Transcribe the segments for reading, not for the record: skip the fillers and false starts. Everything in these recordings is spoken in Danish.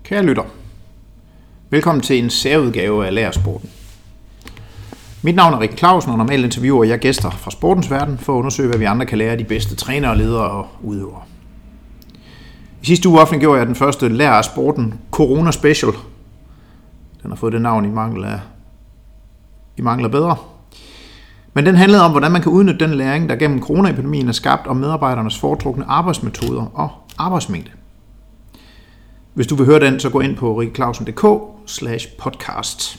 Kære lytter, velkommen til en særudgave af Lærersporten. Mit navn er Rikke Clausen, og normalt interviewer jeg gæster fra sportens verden for at undersøge, hvad vi andre kan lære af de bedste trænere, ledere og udøvere. I sidste uge offentliggjorde jeg den første Lærer af Sporten Corona Special. Den har fået det navn i mangler bedre. Men den handlede om, hvordan man kan udnytte den læring, der gennem coronaepidemien er skabt om medarbejdernes foretrukne arbejdsmetoder og arbejdsmængde. Hvis du vil høre den, så gå ind på rikkeclausen.dk/podcast.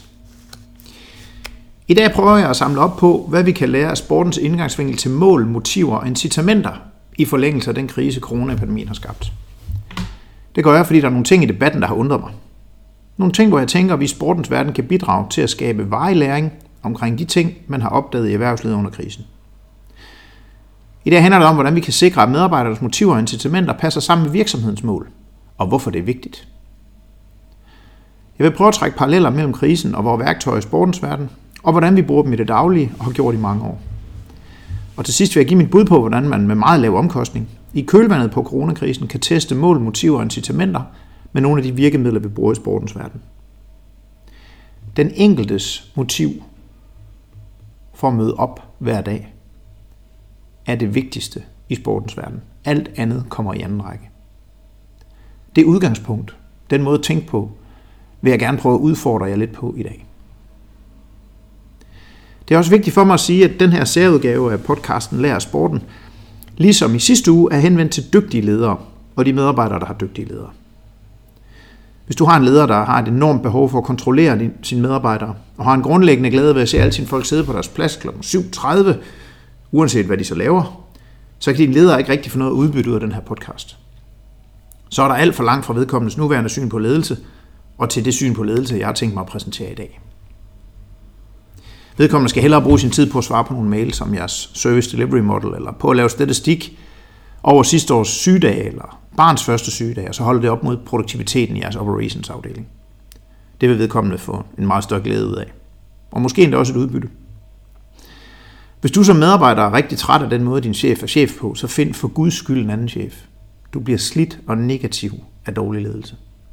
I dag prøver jeg at samle op på, hvad vi kan lære af sportens indgangsvinkel til mål, motiver og incitamenter i forlængelse af den krise, coronaepidemien har skabt. Det gør jeg, fordi der er nogle ting i debatten, der har undret mig. Nogle ting, hvor jeg tænker, at vi i sportens verden kan bidrage til at skabe varig læring omkring de ting, man har opdaget i erhvervslivet under krisen. I dag handler det om, hvordan vi kan sikre, at medarbejdernes motiver og incitamenter passer sammen med virksomhedens mål, og hvorfor det er vigtigt. Jeg vil prøve at trække paralleller mellem krisen og vores værktøjer i sportens verden, og hvordan vi bruger dem i det daglige og har gjort i mange år. Og til sidst vil jeg give mit bud på, hvordan man med meget lav omkostning i kølvandet på coronakrisen kan teste mål, motiver og incitamenter med nogle af de virkemidler, vi bruger i sportens verden. Den enkeltes motiv for at møde op hver dag er det vigtigste i sportens verden. Alt andet kommer i anden række. Det udgangspunkt, den måde at tænke på, vil jeg gerne prøve at udfordre jer lidt på i dag. Det er også vigtigt for mig at sige, at den her særudgave af podcasten Lærer Sporten, ligesom i sidste uge, er henvendt til dygtige ledere og de medarbejdere, der har dygtige ledere. Hvis du har en leder, der har et enormt behov for at kontrollere sine medarbejdere, og har en grundlæggende glæde ved at se alle sine folk sidde på deres plads kl. 7.30, uanset hvad de så laver, så kan din leder ikke rigtig få noget udbytte ud af den her podcast. Så er der alt for langt fra vedkommendes nuværende syn på ledelse, og til det syn på ledelse, jeg har tænkt mig at præsentere i dag. Vedkommende skal hellere bruge sin tid på at svare på nogle mails om jeres service delivery model, eller på at lave statistik over sidste års sygedag, eller barns første sygedag, og så holde det op mod produktiviteten i jeres operationsafdeling. Det vil vedkommende få en meget større glæde ud af. Og måske endda også et udbytte. Hvis du som medarbejder er rigtig træt af den måde, din chef er chef på, så find for Guds skyld en anden chef. Du bliver slidt og negativ af dårlig ledelse.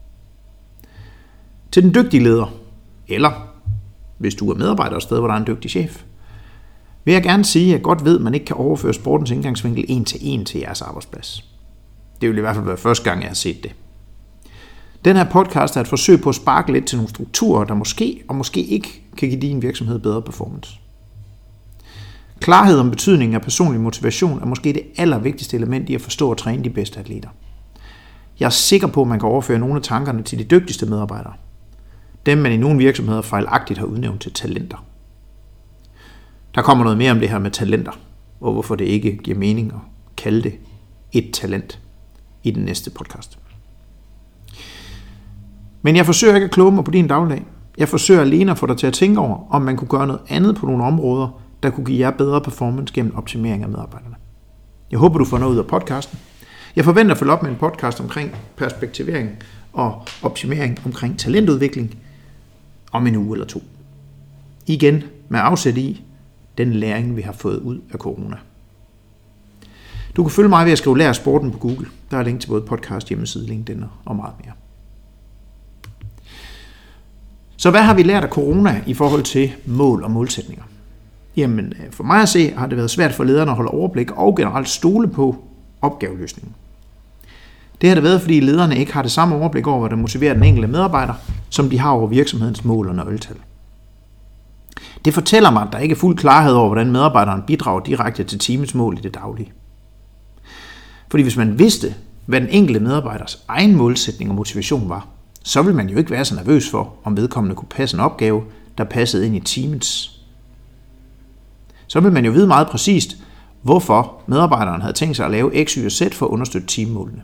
Til den dygtige leder, eller hvis du er medarbejder et sted, hvor der er en dygtig chef, vil jeg gerne sige, at jeg godt ved, at man ikke kan overføre sportens indgangsvinkel en til jeres arbejdsplads. Det vil i hvert fald være første gang, jeg har set det. Den her podcast er et forsøg på at sparke lidt til nogle strukturer, der måske og måske ikke kan give din virksomhed bedre performance. Klarhed om betydningen af personlig motivation er måske det allervigtigste element i at forstå og træne de bedste atleter. Jeg er sikker på, at man kan overføre nogle af tankerne til de dygtigste medarbejdere. Dem, man i nogle virksomheder fejlagtigt har udnævnt til talenter. Der kommer noget mere om det her med talenter, og hvorfor det ikke giver mening at kalde det et talent i den næste podcast. Men jeg forsøger ikke at kloge mig på din dagligdag. Jeg forsøger alene at få dig til at tænke over, om man kunne gøre noget andet på nogle områder, der kunne give jer bedre performance gennem optimering af medarbejderne. Jeg håber, du får noget ud af podcasten. Jeg forventer at følge op med en podcast omkring perspektivering og optimering omkring talentudvikling om en uge eller to. Igen med afsæt i den læring, vi har fået ud af corona. Du kan følge mig ved at skrive Lær Sporten på Google. Der er link til både podcast, hjemmeside, LinkedIn og meget mere. Så hvad har vi lært af corona i forhold til mål og målsætninger? Jamen, for mig at se har det været svært for lederne at holde overblik og generelt stole på opgaveløsningen. Det har det været, fordi lederne ikke har det samme overblik over, hvad der motiverer den enkelte medarbejder, som de har over virksomhedens mål og nøgletal. Det fortæller mig, at der ikke er fuld klarhed over, hvordan medarbejderen bidrager direkte til teamets mål i det daglige. Fordi hvis man vidste, hvad den enkelte medarbejders egen målsætning og motivation var, så ville man jo ikke være så nervøs for, om vedkommende kunne passe en opgave, der passede ind i teamets. Så ville man jo vide meget præcist, hvorfor medarbejderen havde tænkt sig at lave X, Y og Z for at understøtte teammålene.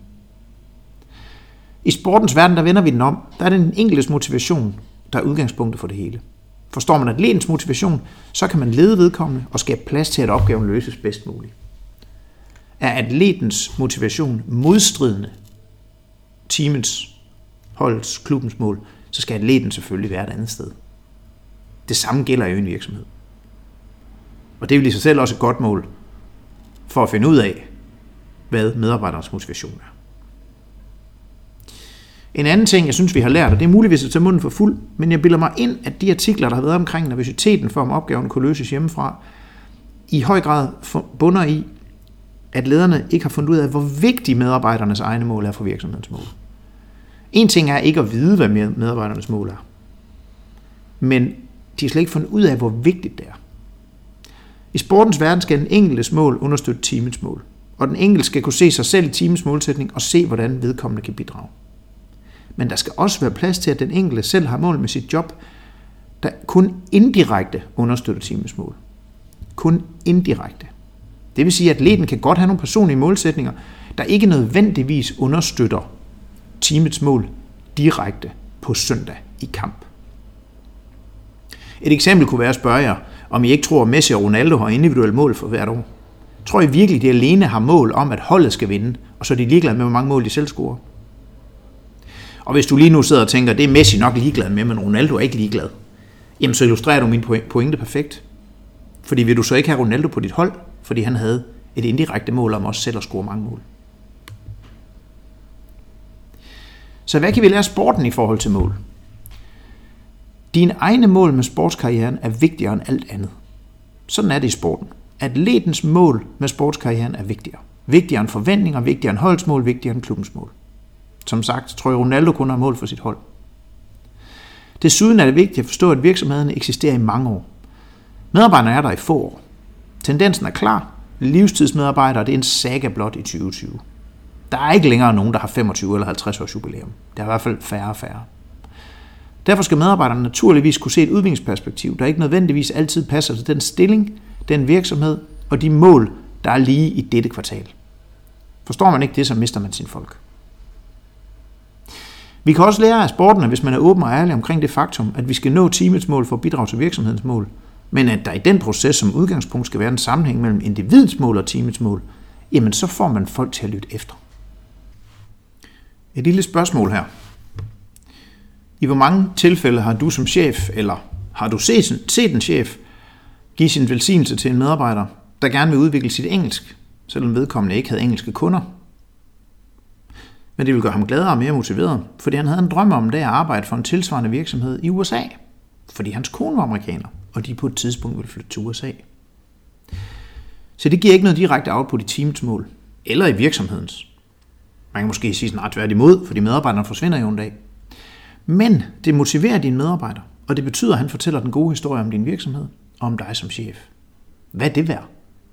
I sportens verden, der vender vi den om. Der er den enkeltes motivation, der er udgangspunktet for det hele. Forstår man atletens motivation, så kan man lede vedkommende og skabe plads til, at opgaven løses bedst muligt. Er atletens motivation modstridende teamets, holdets, klubbens mål, så skal atleten selvfølgelig være et andet sted. Det samme gælder jo i en virksomhed. Og det vil i sig selv også et godt mål for at finde ud af, hvad medarbejderens motivation er. En anden ting, jeg synes, vi har lært, og det er muligvis at tage munden for fuld, men jeg bilder mig ind, at de artikler, der har været omkring nervøsiteten for, om opgaven kunne løses hjemmefra, i høj grad bunder i, at lederne ikke har fundet ud af, hvor vigtige medarbejdernes egne mål er for virksomhedens mål. En ting er ikke at vide, hvad medarbejdernes mål er, men de har slet ikke fundet ud af, hvor vigtigt det er. I sportens verden skal den enkeltes mål understøtte teamets mål, og den enkelte skal kunne se sig selv i teamets målsætning og se, hvordan vedkommende kan bidrage. Men der skal også være plads til, at den enkelte selv har mål med sit job, der kun indirekte understøtter teamets mål. Kun indirekte. Det vil sige, at atleten kan godt have nogle personlige målsætninger, der ikke nødvendigvis understøtter teamets mål direkte på søndag i kamp. Et eksempel kunne være at spørge jer, om I ikke tror, at Messi og Ronaldo har individuelle mål for hvert år. Tror I virkelig, at de alene har mål om, at holdet skal vinde, og så er de ligeglade med, hvor mange mål de selv scorer? Og hvis du lige nu sidder og tænker, det er Messi nok ligeglad med, men Ronaldo er ikke ligeglad, jamen så illustrerer du min pointe perfekt. Fordi vil du så ikke have Ronaldo på dit hold, fordi han havde et indirekte mål om også selv at score mange mål. Så hvad kan vi lære sporten i forhold til mål? Dine egne mål med sportskarrieren er vigtigere end alt andet. Sådan er det i sporten. Atletens mål med sportskarrieren er vigtigere. Vigtigere end forventninger, vigtigere end holdsmål, vigtigere end klubbens mål. Som sagt, tror jeg Ronaldo kun har mål for sit hold. Desuden er det vigtigt at forstå, at virksomhederne eksisterer i mange år. Medarbejderne er der i få år. Tendensen er klar. Livstidsmedarbejdere, det er en saga blot i 2020. Der er ikke længere nogen, der har 25 eller 50 års jubilæum. Der er i hvert fald færre og færre. Derfor skal medarbejderne naturligvis kunne se et udviklingsperspektiv, der ikke nødvendigvis altid passer til den stilling, den virksomhed og de mål, der er lige i dette kvartal. Forstår man ikke det, så mister man sin folk. Vi kan også lære af sporten, hvis man er åben og ærlig omkring det faktum, at vi skal nå teamets mål for at bidrage til virksomhedens mål, men at der i den proces som udgangspunkt skal være en sammenhæng mellem individets mål og teamets mål, jamen så får man folk til at lytte efter. Et lille spørgsmål her. I hvor mange tilfælde har du som chef, eller har du set en chef, give sin velsignelse til en medarbejder, der gerne vil udvikle sit engelsk, selvom vedkommende ikke havde engelske kunder? Men det ville gøre ham gladere og mere motiveret, fordi han havde en drøm om det at arbejde for en tilsvarende virksomhed i USA, fordi hans kone var amerikaner, og de på et tidspunkt ville flytte til USA. Så det giver ikke noget direkte output i teamets mål, eller i virksomhedens. Man kan måske sige snart tværtimod, fordi medarbejderne forsvinder jo en dag. Men det motiverer dine medarbejdere, og det betyder, at han fortæller den gode historie om din virksomhed og om dig som chef. Hvad er det værd?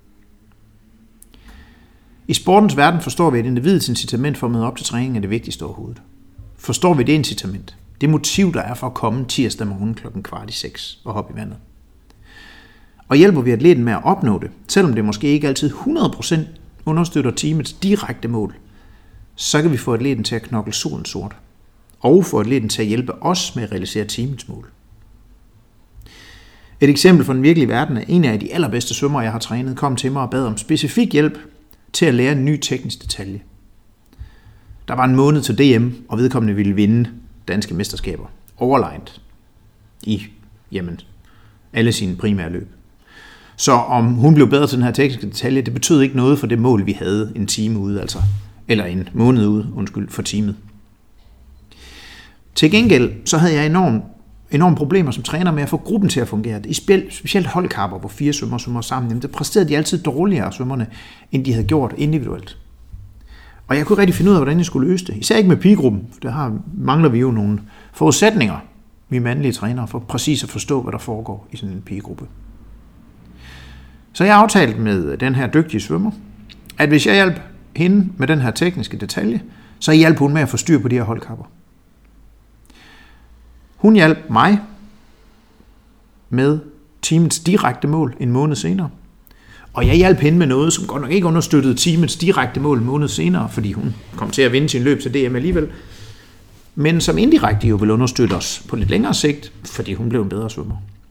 I sportens verden forstår vi, at individets incitament for at møde op til træning er det vigtigste overhovedet. Forstår vi det incitament? Det motiv, der er for at komme tirsdag morgen 5:15 og hoppe i vandet. Og hjælper vi atleten med at opnå det, selvom det måske ikke altid 100% understøtter teamets direkte mål, så kan vi få atleten til at knokle solen sort. Og få atleten til at hjælpe os med at realisere teamets mål. Et eksempel fra den virkelige verden er en af de allerbedste svømmere, jeg har trænet, kom til mig og bad om specifik hjælp til at lære en ny teknisk detalje. Der var en måned til DM, og vedkommende ville vinde danske mesterskaber. Overlegnet. I alle sine primære løb. Så om hun blev bedre til den her tekniske detalje, det betød ikke noget for det mål, vi havde en time ude, eller en måned ude, for teamet. Til gengæld så havde jeg enorme problemer som træner med at få gruppen til at fungere. I specielt holdkapper, hvor 4 svømmer svømmer sammen, der præsterede de altid dårligere svømmerne, end de havde gjort individuelt. Og jeg kunne ikke rigtig finde ud af, hvordan jeg skulle løse det. Især ikke med pigegruppen, for der mangler vi jo nogle forudsætninger, vi mandlige trænere, for præcis at forstå, hvad der foregår i sådan en pigegruppe. Så jeg aftalte med den her dygtige svømmer, at hvis jeg hjalp hende med den her tekniske detalje, så hjalp hun med at få styr på de her holdkapper. Hun hjalp mig med teamets direkte mål en måned senere. Og jeg hjalp hende med noget, som godt nok ikke understøttede teamets direkte mål en måned senere, fordi hun kom til at vinde sin løb til DM alligevel, men som indirekte jo vil understøtte os på lidt længere sigt, fordi hun blev en bedre svømmer.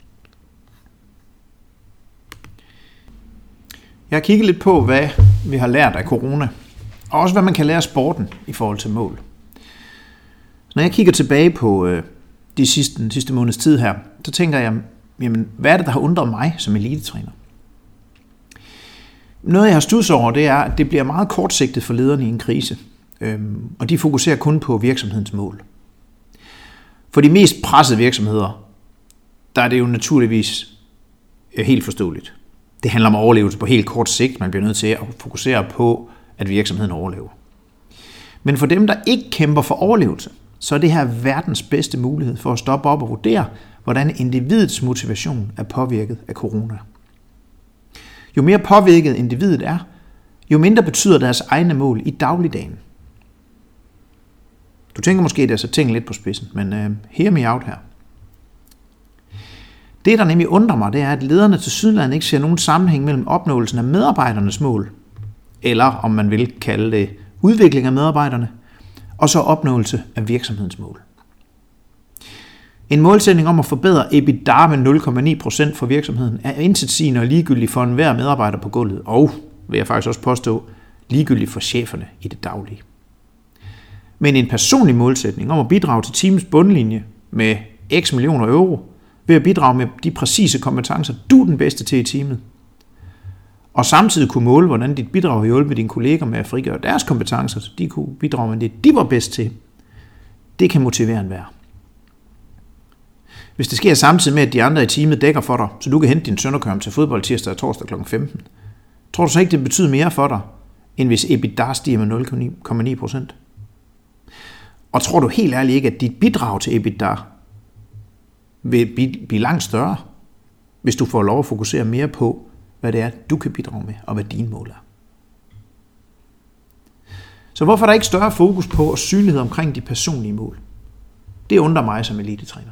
Jeg har kigget lidt på, hvad vi har lært af corona, og også hvad man kan lære af sporten i forhold til mål. Så når jeg kigger tilbage på den sidste måneds tid her, så tænker jeg, jamen, hvad er det, der har undret mig som elitetræner? Noget, jeg har studset over, det er, at det bliver meget kortsigtet for lederne i en krise. og de fokuserer kun på virksomhedens mål. For de mest pressede virksomheder, der er det jo naturligvis helt forståeligt. Det handler om overlevelse på helt kort sigt. Man bliver nødt til at fokusere på, at virksomheden overlever. Men for dem, der ikke kæmper for overlevelse, så er det her verdens bedste mulighed for at stoppe op og vurdere, hvordan individets motivation er påvirket af corona. Jo mere påvirket individet er, jo mindre betyder deres egne mål i dagligdagen. Du tænker måske, at jeg så tænker lidt på spidsen, men hear me out her. Det, der nemlig undrer mig, det er, at lederne til Sydland ikke ser nogen sammenhæng mellem opnåelsen af medarbejdernes mål, eller om man vil kalde det udvikling af medarbejderne, og så opnåelse af virksomhedens mål. En målsætning om at forbedre EBITDA med 0,9% for virksomheden er intetsigende og ligegyldig for enhver medarbejder på gulvet, og vil jeg faktisk også påstå, ligegyldig for cheferne i det daglige. Men en personlig målsætning om at bidrage til teamets bundlinje med x millioner euro, ved at bidrage med de præcise kompetencer, du er den bedste til i teamet, og samtidig kunne måle, hvordan dit bidrag har hjulpet dine kolleger med at frigøre deres kompetencer, så de kunne bidrage med det, de var bedst til, det kan motivere enhver. Hvis det sker samtidig med, at de andre i teamet dækker for dig, så du kan hente din søn og køre ham til fodbold tirsdag og torsdag kl. 15, tror du så ikke, det betyder mere for dig, end hvis EBITDA stiger med 0,9%? Og tror du helt ærligt ikke, at dit bidrag til EBITDA vil blive langt større, hvis du får lov at fokusere mere på, hvad det er, du kan bidrage med, og hvad dine mål er. Så hvorfor er der ikke større fokus på og synlighed omkring de personlige mål? Det undrer mig som elitetræner.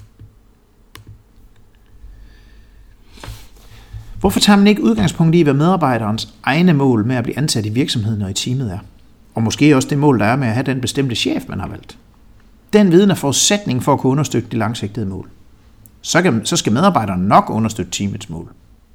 Hvorfor tager man ikke udgangspunkt i, hvad medarbejderens egne mål med at blive ansat i virksomheden og i teamet er? Og måske også det mål, der er med at have den bestemte chef, man har valgt. Den viden er forudsætning for at kunne understøtte de langsigtede mål. Så skal medarbejderne nok understøtte teamets mål.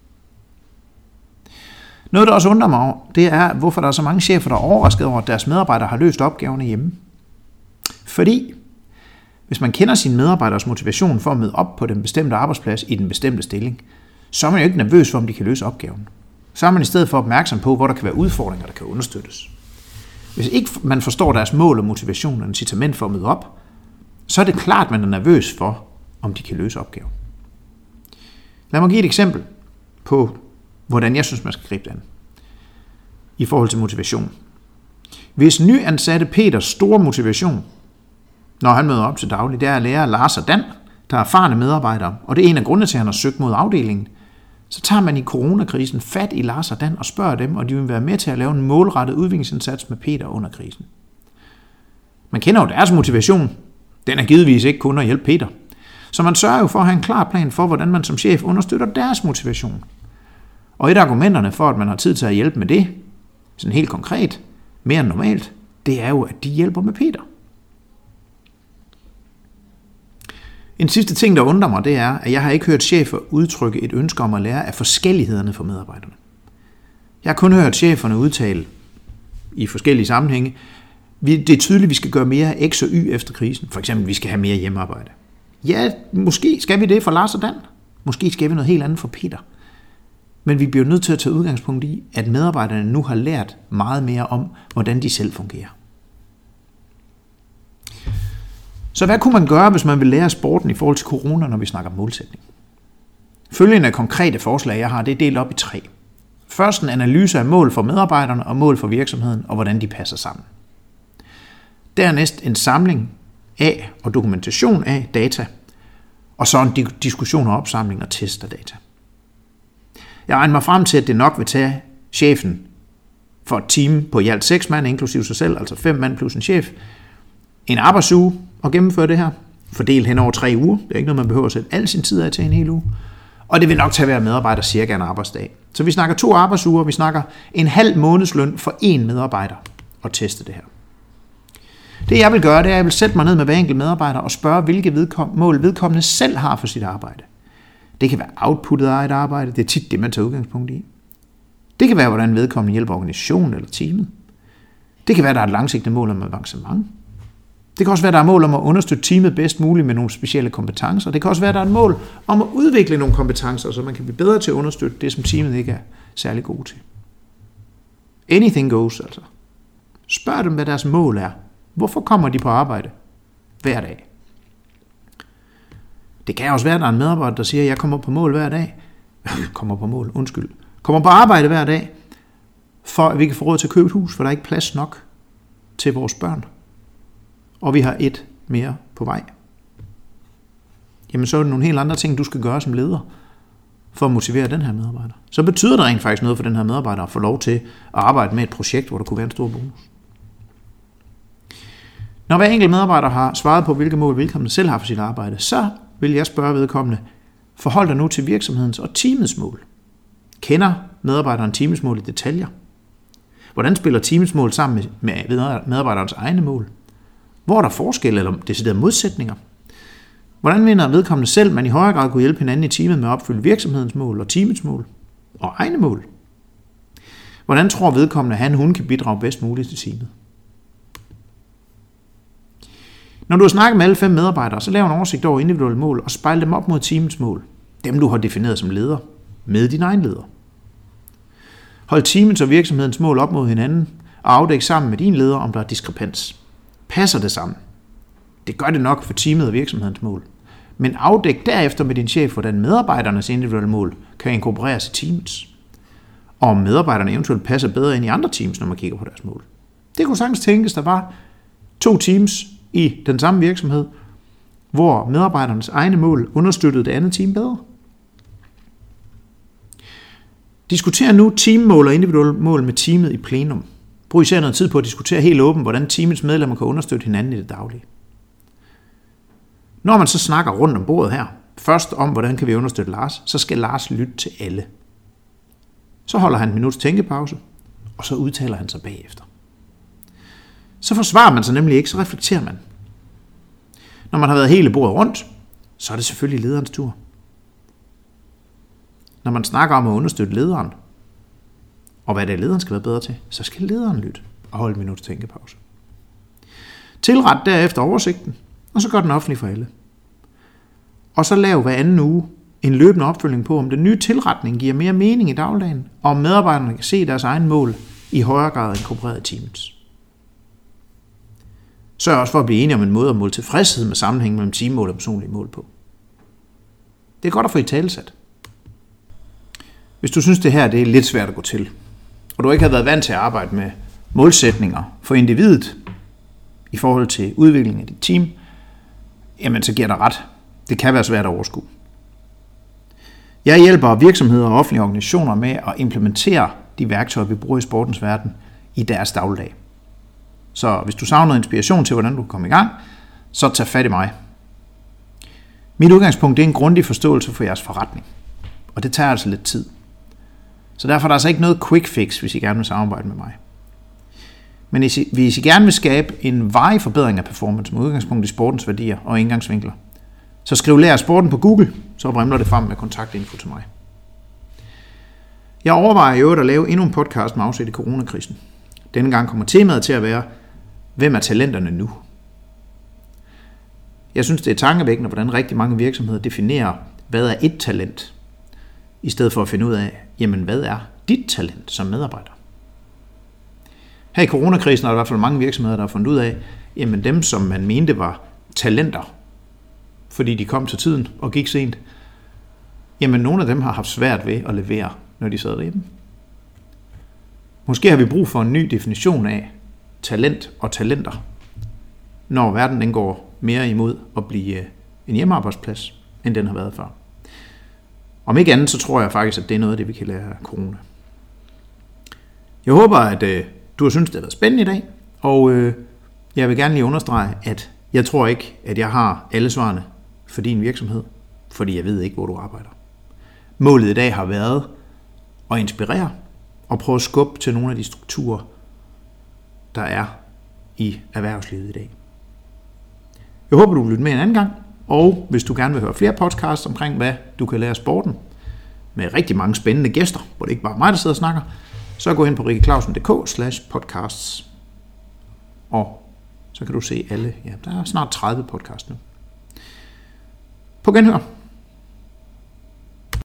Noget, der også undrer mig over, det er, hvorfor der er så mange chefer, der er overrasket over, at deres medarbejdere har løst opgaverne hjemme. Fordi, hvis man kender sine medarbejderes motivation for at møde op på den bestemte arbejdsplads i den bestemte stilling, så er man jo ikke nervøs for, om de kan løse opgaven. Så er man i stedet for opmærksom på, hvor der kan være udfordringer, der kan understøttes. Hvis ikke man forstår deres mål og motivation og incitament for at møde op, så er det klart, at man er nervøs for, om de kan løse opgaven. Lad mig give et eksempel på, hvordan jeg synes, man skal gribe det an i forhold til motivation. Hvis nyansatte Peters store motivation, når han møder op til daglig, det er at lære Lars og Dan, der er erfarne medarbejdere, og det er en af grundene til, at han har søgt mod afdelingen, så tager man i coronakrisen fat i Lars og Dan og spørger dem, og de vil være med til at lave en målrettet udviklingsindsats med Peter under krisen. Man kender jo deres motivation. Den er givetvis ikke kun at hjælpe Peter. Så man sørger jo for at have en klar plan for, hvordan man som chef understøtter deres motivation. Og et af argumenterne for, at man har tid til at hjælpe med det, sådan helt konkret, mere end normalt, det er jo, at de hjælper med Peter. En sidste ting, der undrer mig, det er, at jeg har ikke hørt chefer udtrykke et ønske om at lære af forskellighederne for medarbejderne. Jeg har kun hørt cheferne udtale i forskellige sammenhænge, det er tydeligt, at vi skal gøre mere X og Y efter krisen. For eksempel, vi skal have mere hjemmearbejde. Ja, måske skal vi det for Lars og Dan. Måske skal vi noget helt andet for Peter. Men vi bliver nødt til at tage udgangspunkt i, at medarbejderne nu har lært meget mere om, hvordan de selv fungerer. Så hvad kunne man gøre, hvis man vil lære sporten i forhold til corona, når vi snakker målsætning? Følgende konkrete forslag, jeg har, det er delt op i 3. Først en analyse af mål for medarbejderne og mål for virksomheden, og hvordan de passer sammen. Dernæst en samling af og dokumentation af data, og så en diskussion og opsamling og test af data. Jeg regner mig frem til, at det nok vil tage chefen for et team på i alt 6 mand, inklusive sig selv, altså 5 mand plus en chef, en arbejdsuge at gennemføre det her, fordelt hen over 3 uger. Det er ikke noget, man behøver at sætte al sin tid af til en hel uge. Og det vil nok tage hver medarbejder cirka en arbejdsdag. Så vi snakker 2 arbejdsuger, vi snakker en halv månedsløn for 1 medarbejder og teste det her. Det jeg vil gøre, det er, at jeg vil sætte mig ned med hver enkelt medarbejder og spørge, hvilke mål vedkommende selv har for sit arbejde. Det kan være outputtet af et arbejde, det er tit det, man tager udgangspunkt i. Det kan være, hvordan vedkommende hjælper organisationen eller teamet. Det kan være, der er et langsigtet mål om avancement. Det kan også være, der er mål om at understøtte teamet bedst muligt med nogle specielle kompetencer. Det kan også være, der er et mål om at udvikle nogle kompetencer, så man kan blive bedre til at understøtte det, som teamet ikke er særlig god til. Anything goes, altså. Spørg dem, hvad deres mål er. Hvorfor kommer de på arbejde hver dag? Det kan også være, at der er en medarbejder, der siger, at jeg kommer på mål hver dag. Kommer på arbejde hver dag, for at vi kan få råd til at købe et hus, for der er ikke plads nok til vores børn. Og vi har et mere på vej. Jamen så er det nogle helt andre ting, du skal gøre som leder, for at motivere den her medarbejder. Så betyder det rent faktisk noget for den her medarbejder at få lov til at arbejde med et projekt, hvor der kunne være en stor bonus. Når hver enkelt medarbejder har svaret på, hvilke mål vedkommende selv har for sit arbejde, så vil jeg spørge vedkommende, forhold dig nu til virksomhedens og teamets mål. Kender medarbejderen teamets mål i detaljer? Hvordan spiller teamets mål sammen med medarbejderens egne mål? Hvor er der forskel eller deciderede modsætninger? Hvordan mener vedkommende selv, man i højere grad kunne hjælpe hinanden i teamet med at opfylde virksomhedens mål og teamets mål og egne mål? Hvordan tror vedkommende, at hun kan bidrage bedst muligt til teamet? Når du har snakket med alle 5 medarbejdere, så lav en oversigt over individuelle mål og spejl dem op mod teamets mål. Dem du har defineret som leder med din egen leder. Hold teamets og virksomhedens mål op mod hinanden og afdæk sammen med din leder, om der er diskrepans. Passer det sammen? Det gør det nok for teamet og virksomhedens mål. Men afdæk derefter med din chef, hvordan medarbejdernes individuelle mål kan inkorporeres i teamets. Og om medarbejderne eventuelt passer bedre ind i andre teams, når man kigger på deres mål. Det kunne sagtens tænkes, der var 2 teams i den samme virksomhed, hvor medarbejdernes egne mål understøttede det andet team bedre. Diskuter nu teammål og individuelle mål med teamet i plenum. Brug især noget tid på at diskutere helt åbent, hvordan teamets medlemmer kan understøtte hinanden i det daglige. Når man så snakker rundt om bordet her, først om, hvordan kan vi understøtte Lars, så skal Lars lytte til alle. Så holder han en minuts tænkepause, og så udtaler han sig bagefter. Så forsvarer man sig nemlig ikke, så reflekterer man. Når man har været hele bordet rundt, så er det selvfølgelig lederens tur. Når man snakker om at understøtte lederen, og hvad det er, lederen skal være bedre til, så skal lederen lytte og holde en minuts tænkepause. Tilret derefter oversigten, og så gør den offentlig for alle. Og så lav hver anden uge en løbende opfølgning på, om den nye tilretning giver mere mening i dagligdagen, og om medarbejderne kan se deres egen mål i højere grad inkorporeret i teamets. Sørg også for at blive enige om en måde at måle tilfredshed med sammenhæng mellem teammål og personlige mål på. Det er godt at få i talesat. Hvis du synes, det her det er lidt svært at gå til, og du ikke har været vant til at arbejde med målsætninger for individet i forhold til udviklingen af dit team, jamen så giver dig ret. Det kan være svært at overskue. Jeg hjælper virksomheder og offentlige organisationer med at implementere de værktøjer, vi bruger i sportens verden i deres dagligdag. Så hvis du savner inspiration til, hvordan du kan komme i gang, så tag fat i mig. Mit udgangspunkt er en grundig forståelse for jeres forretning, og det tager altså lidt tid. Så derfor er der altså ikke noget quick fix, hvis I gerne vil samarbejde med mig. Men hvis I gerne vil skabe en varig forbedring af performance med udgangspunkt i sportens værdier og indgangsvinkler, så skriv lær sporten på Google, så vrimler det frem med kontaktinfo til mig. Jeg overvejer jo at lave endnu en podcast med afsæt i coronakrisen. Denne gang kommer temaet til at være, hvem er talenterne nu? Jeg synes, det er tankevækkende, hvordan rigtig mange virksomheder definerer, hvad er et talent, i stedet for at finde ud af, jamen hvad er dit talent som medarbejder? Her i coronakrisen er der i hvert fald mange virksomheder, der har fundet ud af, jamen dem, som man mente var talenter, fordi de kom til tiden og gik sent, jamen nogle af dem har haft svært ved at levere, når de sad derhjemme. Måske har vi brug for en ny definition af talent og talenter, når verden den går mere imod at blive en hjemmearbejdsplads, end den har været før. Om ikke andet, så tror jeg faktisk, at det er noget af det, vi kan lære af corona. Jeg håber, at du har syntes, det har været spændende i dag, og jeg vil gerne lige understrege, at jeg tror ikke, at jeg har alle svarene for din virksomhed, fordi jeg ved ikke, hvor du arbejder. Målet i dag har været at inspirere og prøve at skubbe til nogle af de strukturer, der er i erhvervslivet i dag. Jeg håber, du vil lytte med en anden gang, og hvis du gerne vil høre flere podcasts omkring, hvad du kan lære af sporten, med rigtig mange spændende gæster, hvor det ikke bare er mig, der sidder og snakker, så gå ind på rikkeklausen.dk/podcasts, og så kan du se alle, ja, der er snart 30 podcasts nu. På genhør.